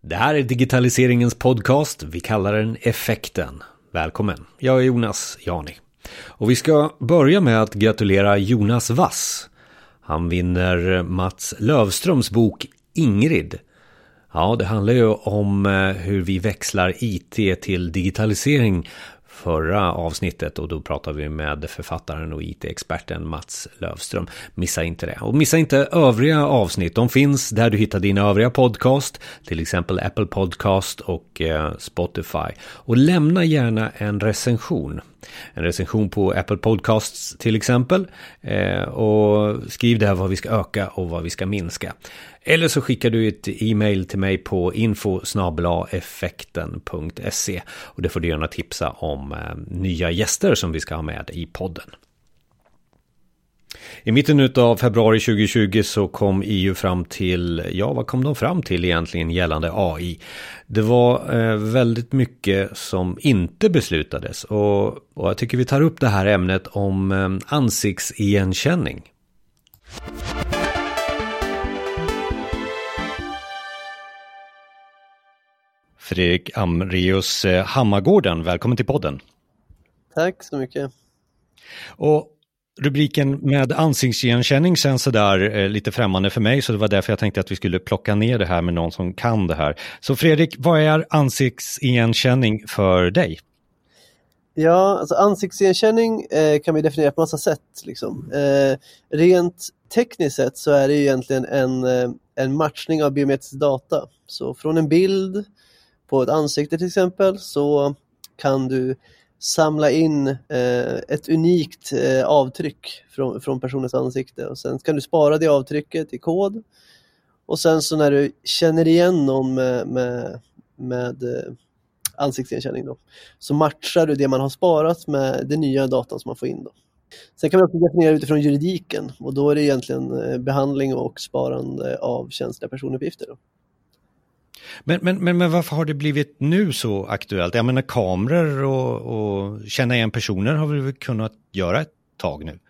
Det här är digitaliseringens podcast. Vi kallar den Effekten. Välkommen. Jag är Jonas Jani. Och vi ska börja med att gratulera Jonas Wass. Han vinner Mats Lövströms bok Ingrid. Ja, det handlar ju om hur vi växlar IT till digitalisering förra avsnittet, och då pratar vi med författaren och IT-experten Mats Lövström. Missa inte det. Och missa inte övriga avsnitt. De finns där du hittar dina övriga podcast, till exempel Apple Podcast och Spotify. Och lämna gärna en recension. En recension på Apple Podcasts till exempel. Och skriv där vad vi ska öka och vad vi ska minska. Eller så skickar du ett e-mail till mig på info@effekten.se, och det får du gärna tipsa om nya gäster som vi ska ha med i podden. I mitten av februari 2020 så kom EU fram till, vad kom de fram till egentligen gällande AI? Det var väldigt mycket som inte beslutades, och jag tycker vi tar upp det här ämnet om ansiktsigenkänning. Fredrik Amreus Hammargården, välkommen till podden. Tack så mycket. Och rubriken med ansiktsigenkänning känns så där lite främmande för mig, så det var därför jag tänkte att vi skulle plocka ner det här med någon som kan det här. Så Fredrik, vad är ansiktsigenkänning för dig? Ja, alltså ansiktsigenkänning kan vi definiera på massa sätt. Liksom. Rent tekniskt sett så är det ju egentligen en matchning av biometrisk data. Så från en bild på ett ansikte till exempel så kan du samla in ett unikt avtryck från personens ansikte, och sen kan du spara det avtrycket i kod, och sen så när du känner igen någon med ansiktsigenkänning då, så matchar du det man har sparat med den nya datan som man får in då. Sen kan man också definiera utifrån juridiken, och då är det egentligen behandling och sparande av känsliga personuppgifter då. Men varför har det blivit nu så aktuellt? Jag menar, kameror och känna igen personer har vi väl kunnat göra ett tag nu?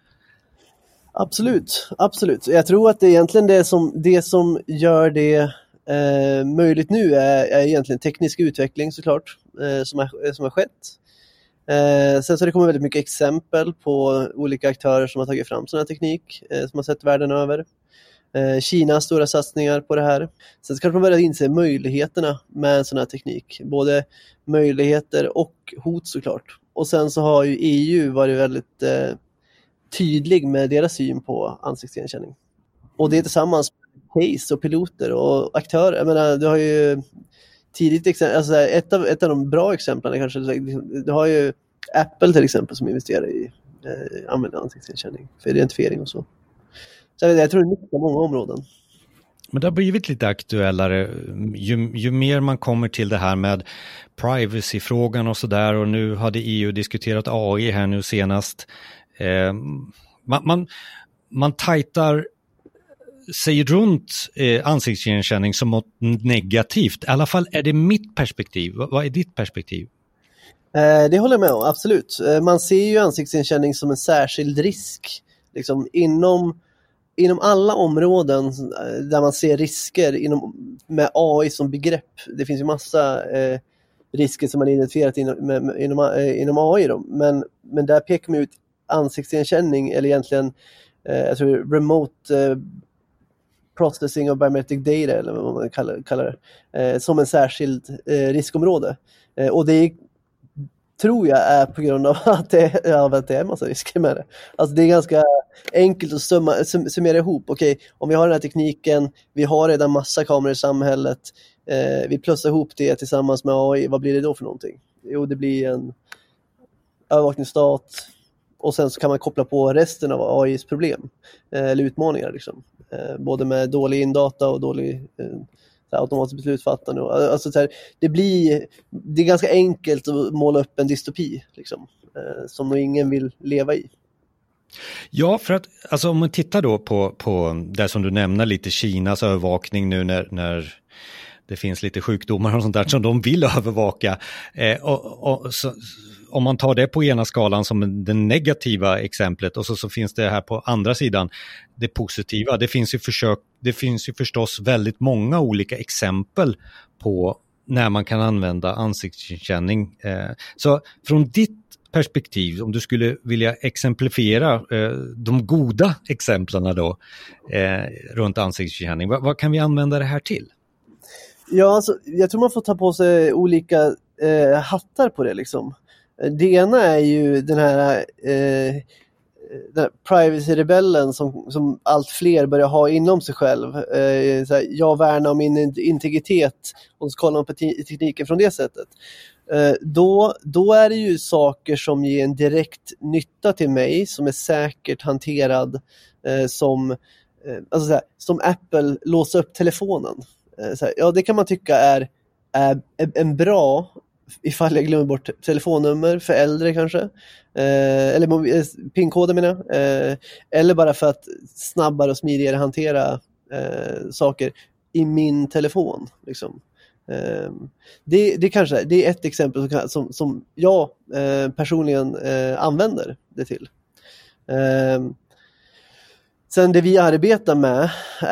Absolut. Jag tror att det är egentligen det som gör det möjligt nu är egentligen teknisk utveckling såklart, som har skett. Sen så det kommer väldigt mycket exempel på olika aktörer som har tagit fram sån här teknik som har sett världen över. Kinas stora satsningar på det här. Sen ska man börja inse möjligheterna med en sån här teknik. Både möjligheter och hot såklart. Och sen så har ju EU varit väldigt tydlig med deras syn på ansiktsigenkänning. Och det är tillsammans med case och piloter och aktörer. Jag menar, du har ju tidigt exempel, alltså ett av de bra exemplen kanske, du har ju Apple till exempel som investerar i använder ansiktsigenkänning för identifiering och så. Så jag tror det är mycket på många områden. Men det har blivit lite aktuellare ju mer man kommer till det här med privacy-frågan och sådär, och nu hade EU diskuterat AI här nu senast. Man tajtar sig runt ansiktsigenkänning som något negativt. I alla fall är det mitt perspektiv. Vad är ditt perspektiv? Det håller jag med om, absolut. Man ser ju ansiktsigenkänning som en särskild risk. Liksom inom alla områden där man ser risker med AI som begrepp. Det finns ju massa risker som man identifierat inom AI då. Men där pekar man ut ansiktsigenkänning, eller egentligen jag tror remote processing of biometric data, eller vad man kallar det, som en särskild riskområde. Och det tror jag är på grund av att det är en massa risker med det. Alltså det är ganska enkelt att summera ihop. Okej, om vi har den här tekniken, vi har redan massa kameror i samhället, vi plussar ihop det tillsammans med AI, vad blir det då för någonting? Jo, det blir en övervakningsstat, och sen så kan man koppla på resten av AIs problem eller utmaningar liksom. Både med dålig indata och dålig automatiskt beslutsfattande. Alltså så här, det är ganska enkelt att måla upp en dystopi liksom, som nog ingen vill leva i. Ja, för att alltså, om man tittar då på det som du nämner lite, Kinas övervakning nu när det finns lite sjukdomar och sånt där som de vill övervaka. Om man tar det på ena skalan som det negativa exemplet och så finns det här på andra sidan det positiva. Det finns ju förstås väldigt många olika exempel på när man kan använda ansiktsigenkänning. Så från ditt perspektiv, om du skulle vilja exemplifiera de goda exemplen då runt ansiktsigenkänning, vad kan vi använda det här till? Ja, alltså, jag tror man får ta på sig olika hattar på det liksom. Det ena är ju den här privacy-rebellen som allt fler börjar ha inom sig själv. Jag värnar om min integritet och så kollar man på tekniken från det sättet. Då är det ju saker som ger en direkt nytta till mig som är säkert hanterad som Apple låser upp telefonen. Ja, det kan man tycka är en bra ifall jag glömmer bort telefonnummer för äldre kanske. Eller PIN-koden menar jag. Eller bara för att snabbare och smidigare hantera saker i min telefon. Liksom. Det kanske det är ett exempel som jag personligen använder det till. Sen det vi arbetar med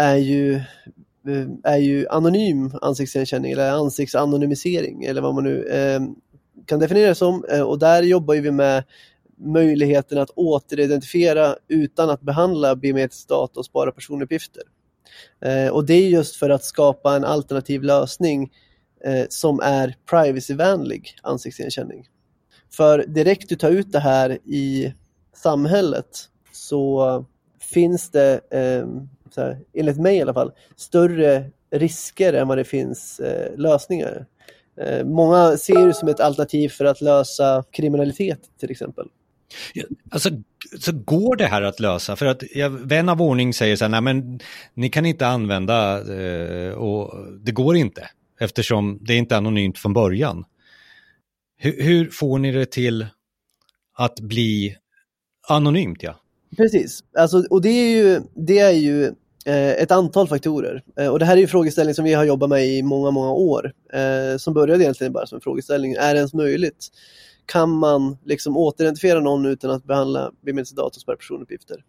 är ju anonym ansiktsigenkänning eller ansiktsanonymisering eller vad man nu kan definiera det som. Och där jobbar vi med möjligheten att återidentifiera utan att behandla biometrisk data och spara personuppgifter. Och det är just för att skapa en alternativ lösning som är privacyvänlig ansiktsigenkänning. För direkt du tar ut det här i samhället så finns det enligt mig i alla fall större risker än vad det finns lösningar. Många ser det som ett alternativ för att lösa kriminalitet till exempel. Ja, alltså, så går det här att lösa? För att vän av ordning säger så här, nej men ni kan inte använda och det går inte eftersom det är inte anonymt från början. Hur får ni det till att bli anonymt? Ja? Precis, alltså, och det är ju ett antal faktorer. Och det här är ju en frågeställning som vi har jobbat med i många, många år. Som började egentligen bara som en frågeställning. Är det ens möjligt? Kan man liksom återidentifiera någon utan att behandla biometrisk data och spara personuppgifter?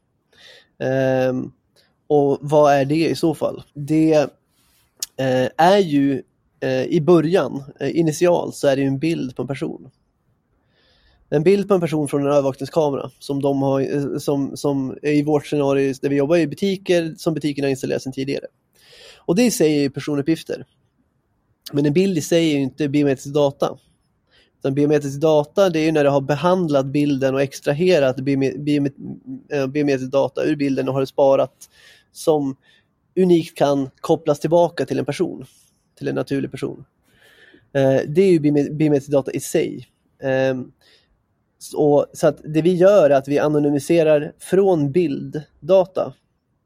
Och vad är det i så fall? Det är ju i början, initialt, så är det ju en bild på en person. En bild på en person från en övervakningskamera som de har, som i vårt scenario där vi jobbar i butiker som butikerna installerat sedan tidigare. Och det i sig är personuppgifter. Men en bild i sig är ju inte biometrisk data. Utan biometrisk data, det är ju när du har behandlat bilden och extraherat biometrisk data ur bilden och har det sparat som unikt kan kopplas tillbaka till en person, till en naturlig person. Det är ju biometrisk data i sig. Så att det vi gör är att vi anonymiserar från bilddata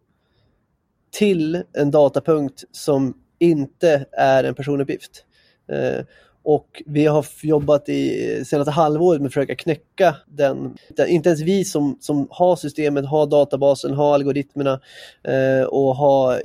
till en datapunkt som inte är en personuppgift. Och vi har jobbat i senaste halvåret med att försöka knäcka den. Inte ens vi som har systemet, har databasen, har algoritmerna och har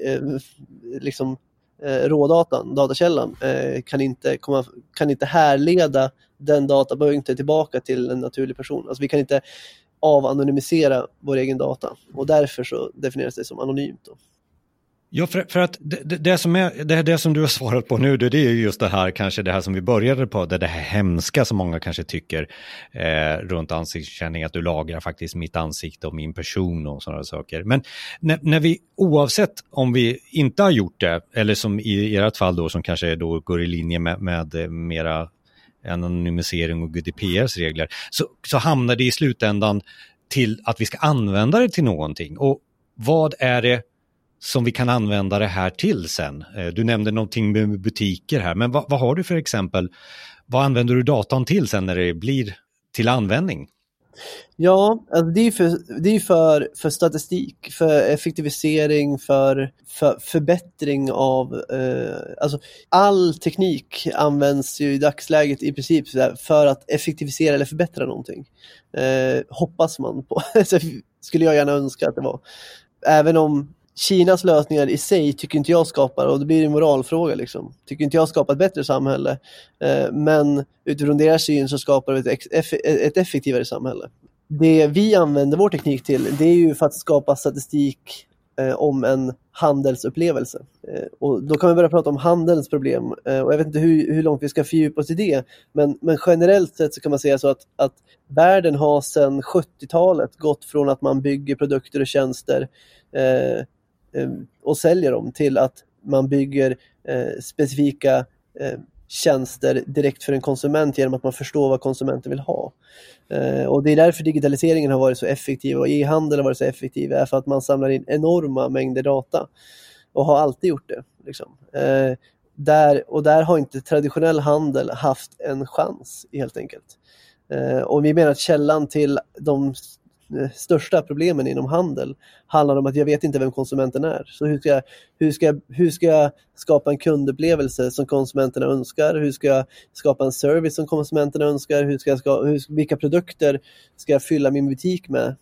rådatan, datakällan, kan inte härleda den datapunkten tillbaka till en naturlig person. Alltså vi kan inte avanonymisera vår egen data och därför så definieras det som anonymt då. Ja, för att det som du har svarat på nu, det är ju just det här, kanske det här som vi började på, det här hemska som många kanske tycker runt ansiktskänning, att du lagrar faktiskt mitt ansikte och min person och sådana saker. Men när vi, oavsett om vi inte har gjort det, eller som i ert fall då, som kanske då går i linje med mera anonymisering och GDPRs regler, så hamnar det i slutändan till att vi ska använda det till någonting. Och vad är det som vi kan använda det här till sen? Du nämnde någonting med butiker här, men vad har du för exempel? Vad använder du datan till sen när det blir till användning? Ja, alltså det är för statistik, för effektivisering, för förbättring av alltså all teknik används ju i dagsläget i princip för att effektivisera eller förbättra någonting. Hoppas man på. Så skulle jag gärna önska att det var. Även om Kinas lösningar i sig tycker inte jag skapar, och det blir en moralfråga liksom, tycker inte jag skapar ett bättre samhälle, men utifrån deras syn så skapar det ett effektivare samhälle. Det vi använder vår teknik till, det är ju för att skapa statistik om en handelsupplevelse. Och då kan vi börja prata om handelns problem. Och jag vet inte hur långt vi ska fördjupa oss i det. Men generellt sett så kan man säga så att världen har sedan 70-talet gått från att man bygger produkter och tjänster och säljer dem till att man bygger specifika tjänster direkt för en konsument genom att man förstår vad konsumenten vill ha. Och det är därför digitaliseringen har varit så effektiv och e-handel har varit så effektiv, är för att man samlar in enorma mängder data och har alltid gjort det. Liksom. Där har inte traditionell handel haft en chans helt enkelt. Och vi menar att källan till de största problemen inom handel handlar om att jag vet inte vem konsumenten är. Så hur ska jag skapa en kundupplevelse som konsumenterna önskar? Hur ska jag skapa en service som konsumenterna önskar? Vilka produkter ska jag fylla min butik med?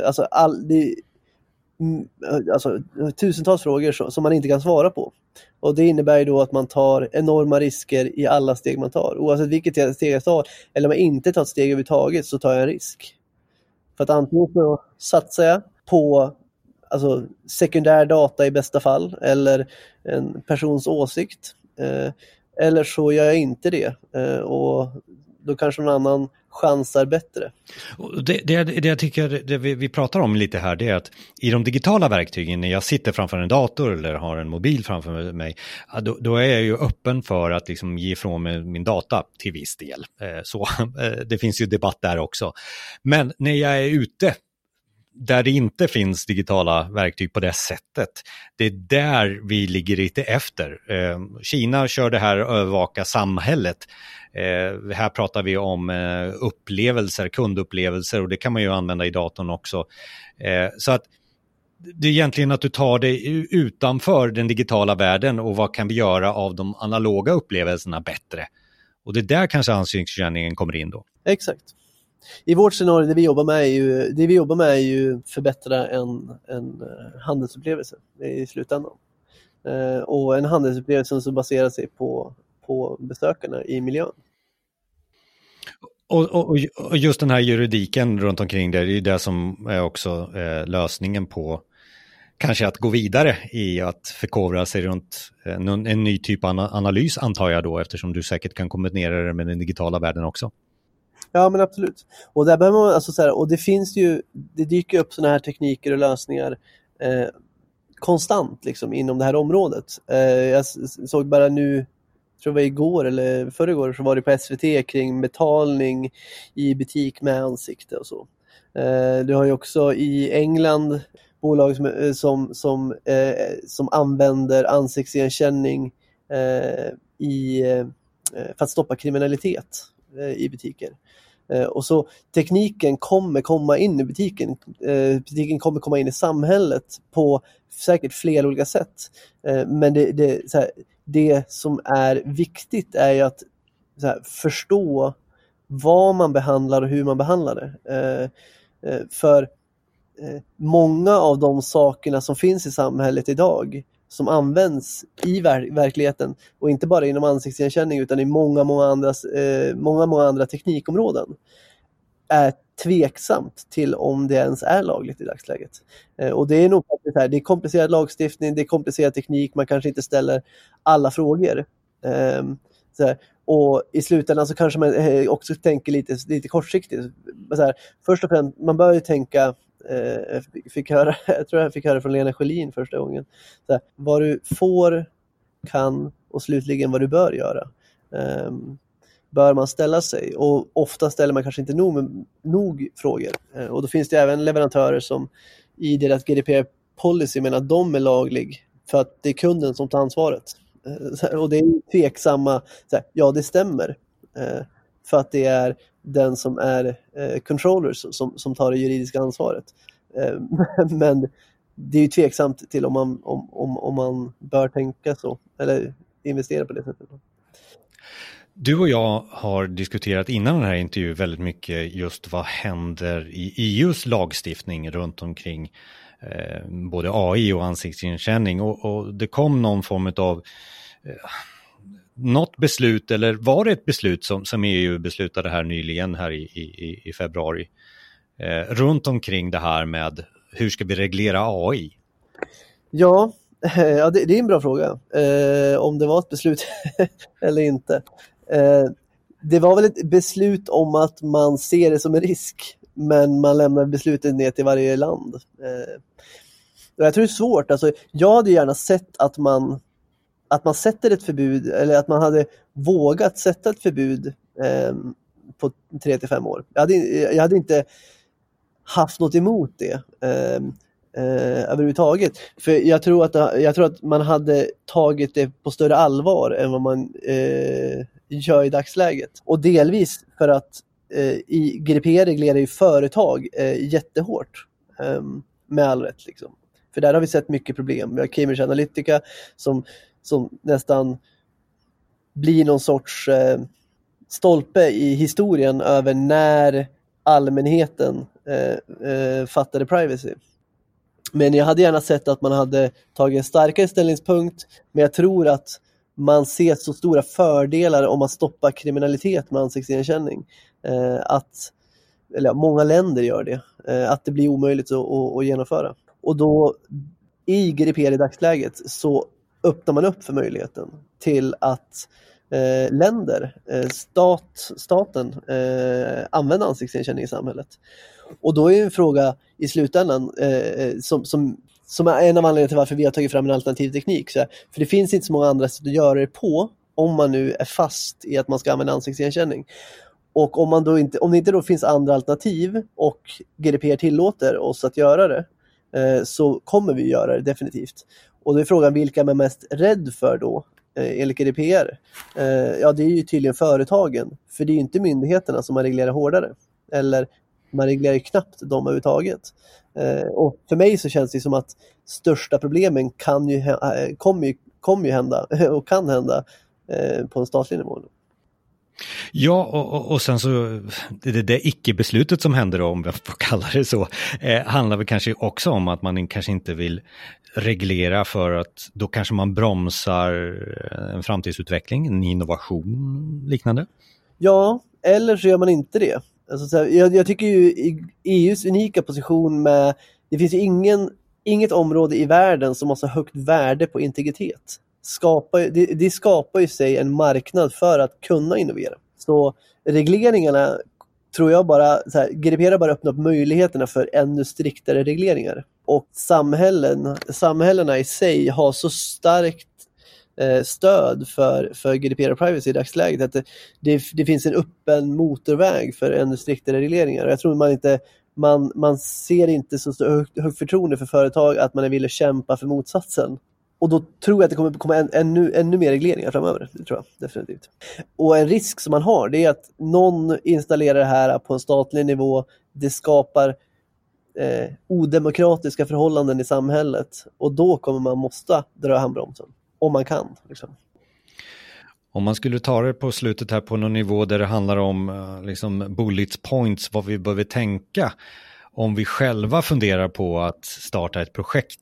Alltså tusentals frågor som man inte kan svara på. Och det innebär ju då att man tar enorma risker i alla steg man tar. Oavsett vilket steg jag tar, eller om jag inte tar ett steg överhuvudtaget, så tar jag en risk. För att antingen så satsar jag på sekundär data i bästa fall, eller en persons åsikt, eller så gör jag inte det, och då kanske någon annan chansar bättre. Det jag tycker vi pratar om lite här, det är att i de digitala verktygen, när jag sitter framför en dator eller har en mobil framför mig, då är jag ju öppen för att liksom ge ifrån mig min data till viss del. Så det finns ju debatt där också. Men när jag är ute där det inte finns digitala verktyg på det sättet, det är där vi ligger lite efter. Kina kör det här övervaka samhället. Här pratar vi om kundupplevelser, och det kan man ju använda i datorn också. Så att det är egentligen att du tar det utanför den digitala världen, och vad kan vi göra av de analoga upplevelserna bättre? Och det är där kanske ansiktskänningen kommer in då. Exakt. I vårt scenario, det vi jobbar med är ju förbättra en handelsupplevelse i slutändan. Och en handelsupplevelse som baserar sig på besökarna i miljön. Och just den här juridiken runt omkring det är ju det som är också lösningen på kanske att gå vidare i att förkovra sig runt en ny typ av analys, antar jag då, eftersom du säkert kan kombinera det med den digitala världen också. Ja, men absolut. Och där behöver man, och det dyker upp såna här tekniker och lösningar konstant liksom inom det här området. Jag såg bara nu, tror jag var igår eller förrgår, så var det på SVT kring betalning i butik med ansikte och så. Du har ju också i England bolag som använder ansiktsigenkänning för att stoppa kriminalitet i butiker. Och så tekniken kommer komma in i butiken. Butiken kommer komma in i samhället på säkert flera olika sätt. Men det som är viktigt är ju att förstå vad man behandlar och hur man behandlar det. För många av de sakerna som finns i samhället idag, som används i verkligheten, och inte bara inom ansiktsigenkänning utan i många andra teknikområden, är tveksamt till om det ens är lagligt i dagsläget. Och det är nog det är komplicerad lagstiftning, det är komplicerad teknik, man kanske inte ställer alla frågor. Och i slutändan så kanske man också tänker lite kortsiktigt. Först och främst, man bör ju tänka, jag tror jag fick höra från Lena Schelin första gången, vad du får, kan och slutligen vad du bör göra. Bör man ställa sig, och ofta ställer man kanske inte nog frågor. Och då finns det även leverantörer som i deras GDPR-policy menar att de är laglig för att det är kunden som tar ansvaret. Och det är tveksamma, ja det stämmer, för att det är den som är controller som tar det juridiska ansvaret. Men det är ju tveksamt till om man bör tänka så eller investera på det sättet. Du och jag har diskuterat innan den här intervjun väldigt mycket just vad händer i EUs lagstiftning runt omkring både AI och ansiktsigenkänning och det kom någon form av något beslut, eller var det ett beslut som EU beslutade här nyligen här i februari runt omkring det här med hur ska vi reglera AI? Ja, det är en bra fråga. Om det var ett beslut eller inte. Det var väl ett beslut om att man ser det som en risk, men man lämnar beslutet ner till varje land. Jag tror det är svårt. Alltså, jag hade gärna sett att man sätter ett förbud, eller att man hade vågat sätta ett förbud på 3-5 år. Jag hade inte haft något emot det överhuvudtaget. För jag tror att man hade tagit det på större allvar än vad man gör i dagsläget. Och delvis för att GDPR reglerar ju företag jättehårt, med all rätt liksom. För där har vi sett mycket problem. Vi har Cambridge Analytica som nästan blir någon sorts stolpe i historien över när allmänheten fattade privacy. Men jag hade gärna sett att man hade tagit en starkare ställningspunkt, men jag tror att man ser så stora fördelar om att stoppa kriminalitet med ansiktsigenkänning. Många länder gör det. Att det blir omöjligt att genomföra. Och då i GDPR i dagsläget så öppnar man upp för möjligheten till att länder, staten använder ansiktsigenkänning i samhället. Och då är en fråga i slutändan som är en av anledningarna till varför vi har tagit fram en alternativ teknik. För det finns inte så många andra sätt att göra det på om man nu är fast i att man ska använda ansiktsigenkänning. Och om det inte då finns andra alternativ och GDPR tillåter oss att göra det, så kommer vi göra det definitivt. Och då är frågan vilka man är mest rädd för då enligt GDPR. Det är ju tydligen företagen, för det är ju inte myndigheterna som man reglerar hårdare. Eller man reglerar ju knappt dem överhuvudtaget. Och för mig så känns det som att största problemen kommer ju hända och kan hända på en statlig nivå. Ja, och sen så det icke-beslutet som händer då, om jag får kalla det så, handlar väl kanske också om att man kanske inte vill reglera, för att då kanske man bromsar en framtidsutveckling, en innovation liknande. Ja, eller så gör man inte det. Alltså, jag tycker ju i EUs unika position med, det finns ju inget område i världen som har så högt värde på integritet. Det skapar ju sig en marknad för att kunna innovera. Så regleringarna tror jag GDPR bara öppnar upp möjligheterna för ännu striktare regleringar. Och samhällena i sig har så starkt stöd för GDPR och privacy i dagsläget att det finns en öppen motorväg för ännu striktare regleringar. Jag tror man ser inte så högt förtroende för företag att man är villig att kämpa för motsatsen. Och då tror jag att det kommer komma ännu mer regleringar framöver. Det tror jag definitivt. Och en risk som man har, det är att någon installerar det här på en statlig nivå. Det skapar odemokratiska förhållanden i samhället. Och då kommer man måste dra handbromsen. Om man kan. Liksom. Om man skulle ta det på slutet här på någon nivå där det handlar om liksom bullet points, vad vi behöver tänka om vi själva funderar på att starta ett projekt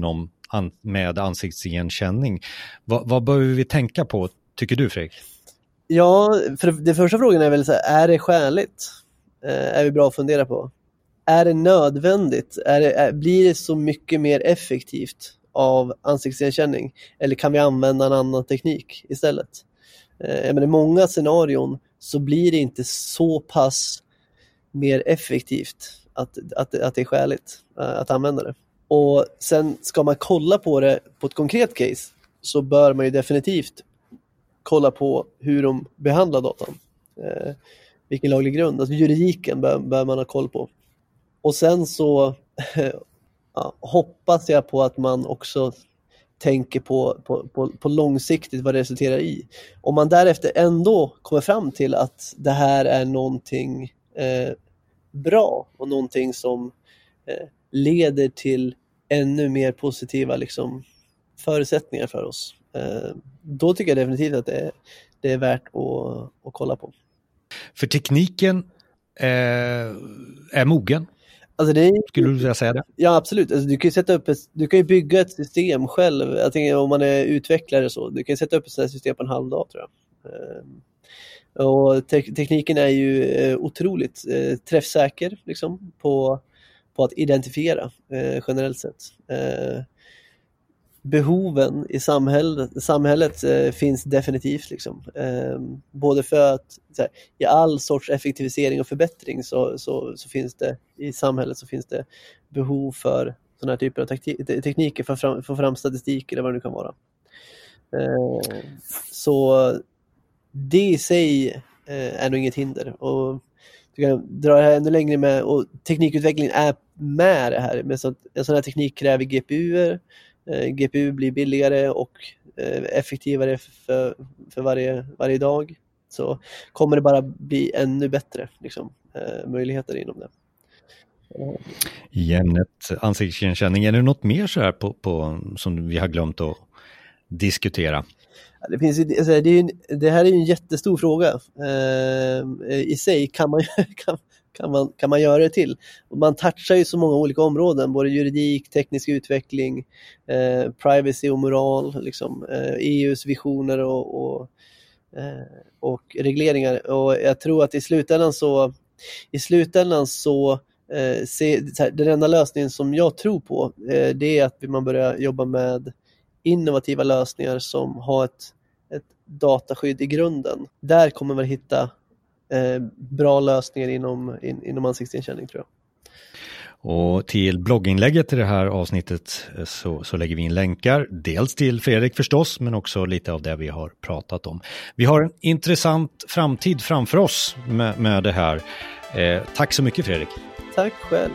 med ansiktsigenkänning. Vad behöver vi tänka på, tycker du, Fredrik? Ja, för det första frågan är väl så här, är det skäligt? Är vi bra att fundera på? Är det nödvändigt? Blir det så mycket mer effektivt av ansiktsigenkänning? Eller kan vi använda en annan teknik istället? Men i många scenarion så blir det inte så pass mer effektivt att det är skäligt att använda det. Och sen ska man kolla på det på ett konkret case, så bör man ju definitivt kolla på hur de behandlar datan. Vilken laglig grund, alltså juridiken bör man ha koll på. Och sen så hoppas jag på att man också tänker på långsiktigt vad det resulterar i. Om man därefter ändå kommer fram till att det här är någonting bra och någonting som leder till ännu mer positiva liksom, förutsättningar för oss. Då tycker jag definitivt att det är värt att kolla på. För tekniken är mogen? Alltså Skulle du vilja säga det? Ja, absolut. Alltså, du kan ju bygga ett system själv. Jag tänker om man är utvecklare så. Du kan ju sätta upp ett sådant system på en halv dag, tror jag. Och tekniken är ju otroligt träffsäker liksom, på att identifiera generellt sett. Behoven i samhället finns definitivt liksom. Både för att i all sorts effektivisering och förbättring så finns det i samhället så finns det behov för sådana här typer av tekniker för att få fram statistik eller vad det nu kan vara. Så det i sig är nog inget hinder, och du kan dra det här ännu längre med, och teknikutvecklingen är med det här, men en sån här teknik kräver GPUer. GPU blir billigare och effektivare för varje dag, så kommer det bara bli ännu bättre liksom, möjligheter inom det. I ämnet ansiktsigenkänning, är det något mer så här på som vi har glömt att diskutera? Det finns alltså, det här är ju en jättestor fråga. I sig kan man göra det till. Man touchar ju så många olika områden, både juridik, teknisk utveckling, privacy och moral, liksom, EUs visioner och regleringar. Och jag tror att i slutändan så den enda lösningen som jag tror på, det är att man börjar jobba med innovativa lösningar som har ett dataskydd i grunden. Där kommer man hitta bra lösningar inom ansiktsigenkänning, tror jag. Och till blogginlägget i det här avsnittet så lägger vi in länkar. Dels till Fredrik förstås, men också lite av det vi har pratat om. Vi har en intressant framtid framför oss med det här. Tack så mycket, Fredrik. Tack själv.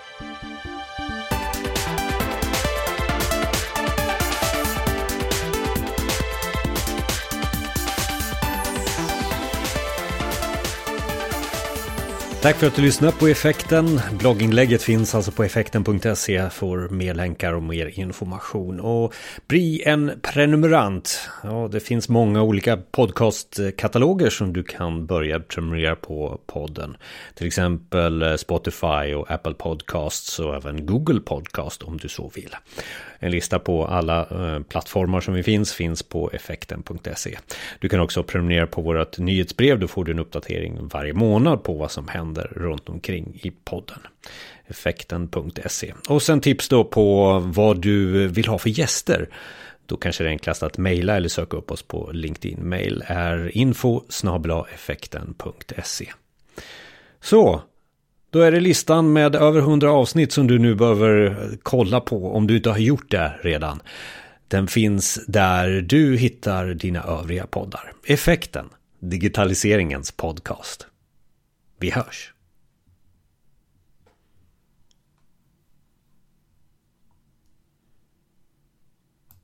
Tack för att du lyssnar på Effekten. Blogginlägget finns alltså på effekten.se för mer länkar och mer information. Och bli en prenumerant. Ja, det finns många olika podcastkataloger som du kan börja prenumerera på podden. Till exempel Spotify och Apple Podcasts och även Google Podcast om du så vill. En lista på alla plattformar som vi finns på effekten.se. Du kan också prenumerera på vårt nyhetsbrev. Då får du en uppdatering varje månad på vad som händer runt omkring i podden. Effekten.se. Och sen tips då på vad du vill ha för gäster. Då kanske det är enklast att mejla eller söka upp oss på LinkedIn. Mail är info@effekten.se. Så, då är det listan med över 100 avsnitt som du nu behöver kolla på om du inte har gjort det redan. Den finns där du hittar dina övriga poddar. Effekten, digitaliseringens podcast. Vi hörs.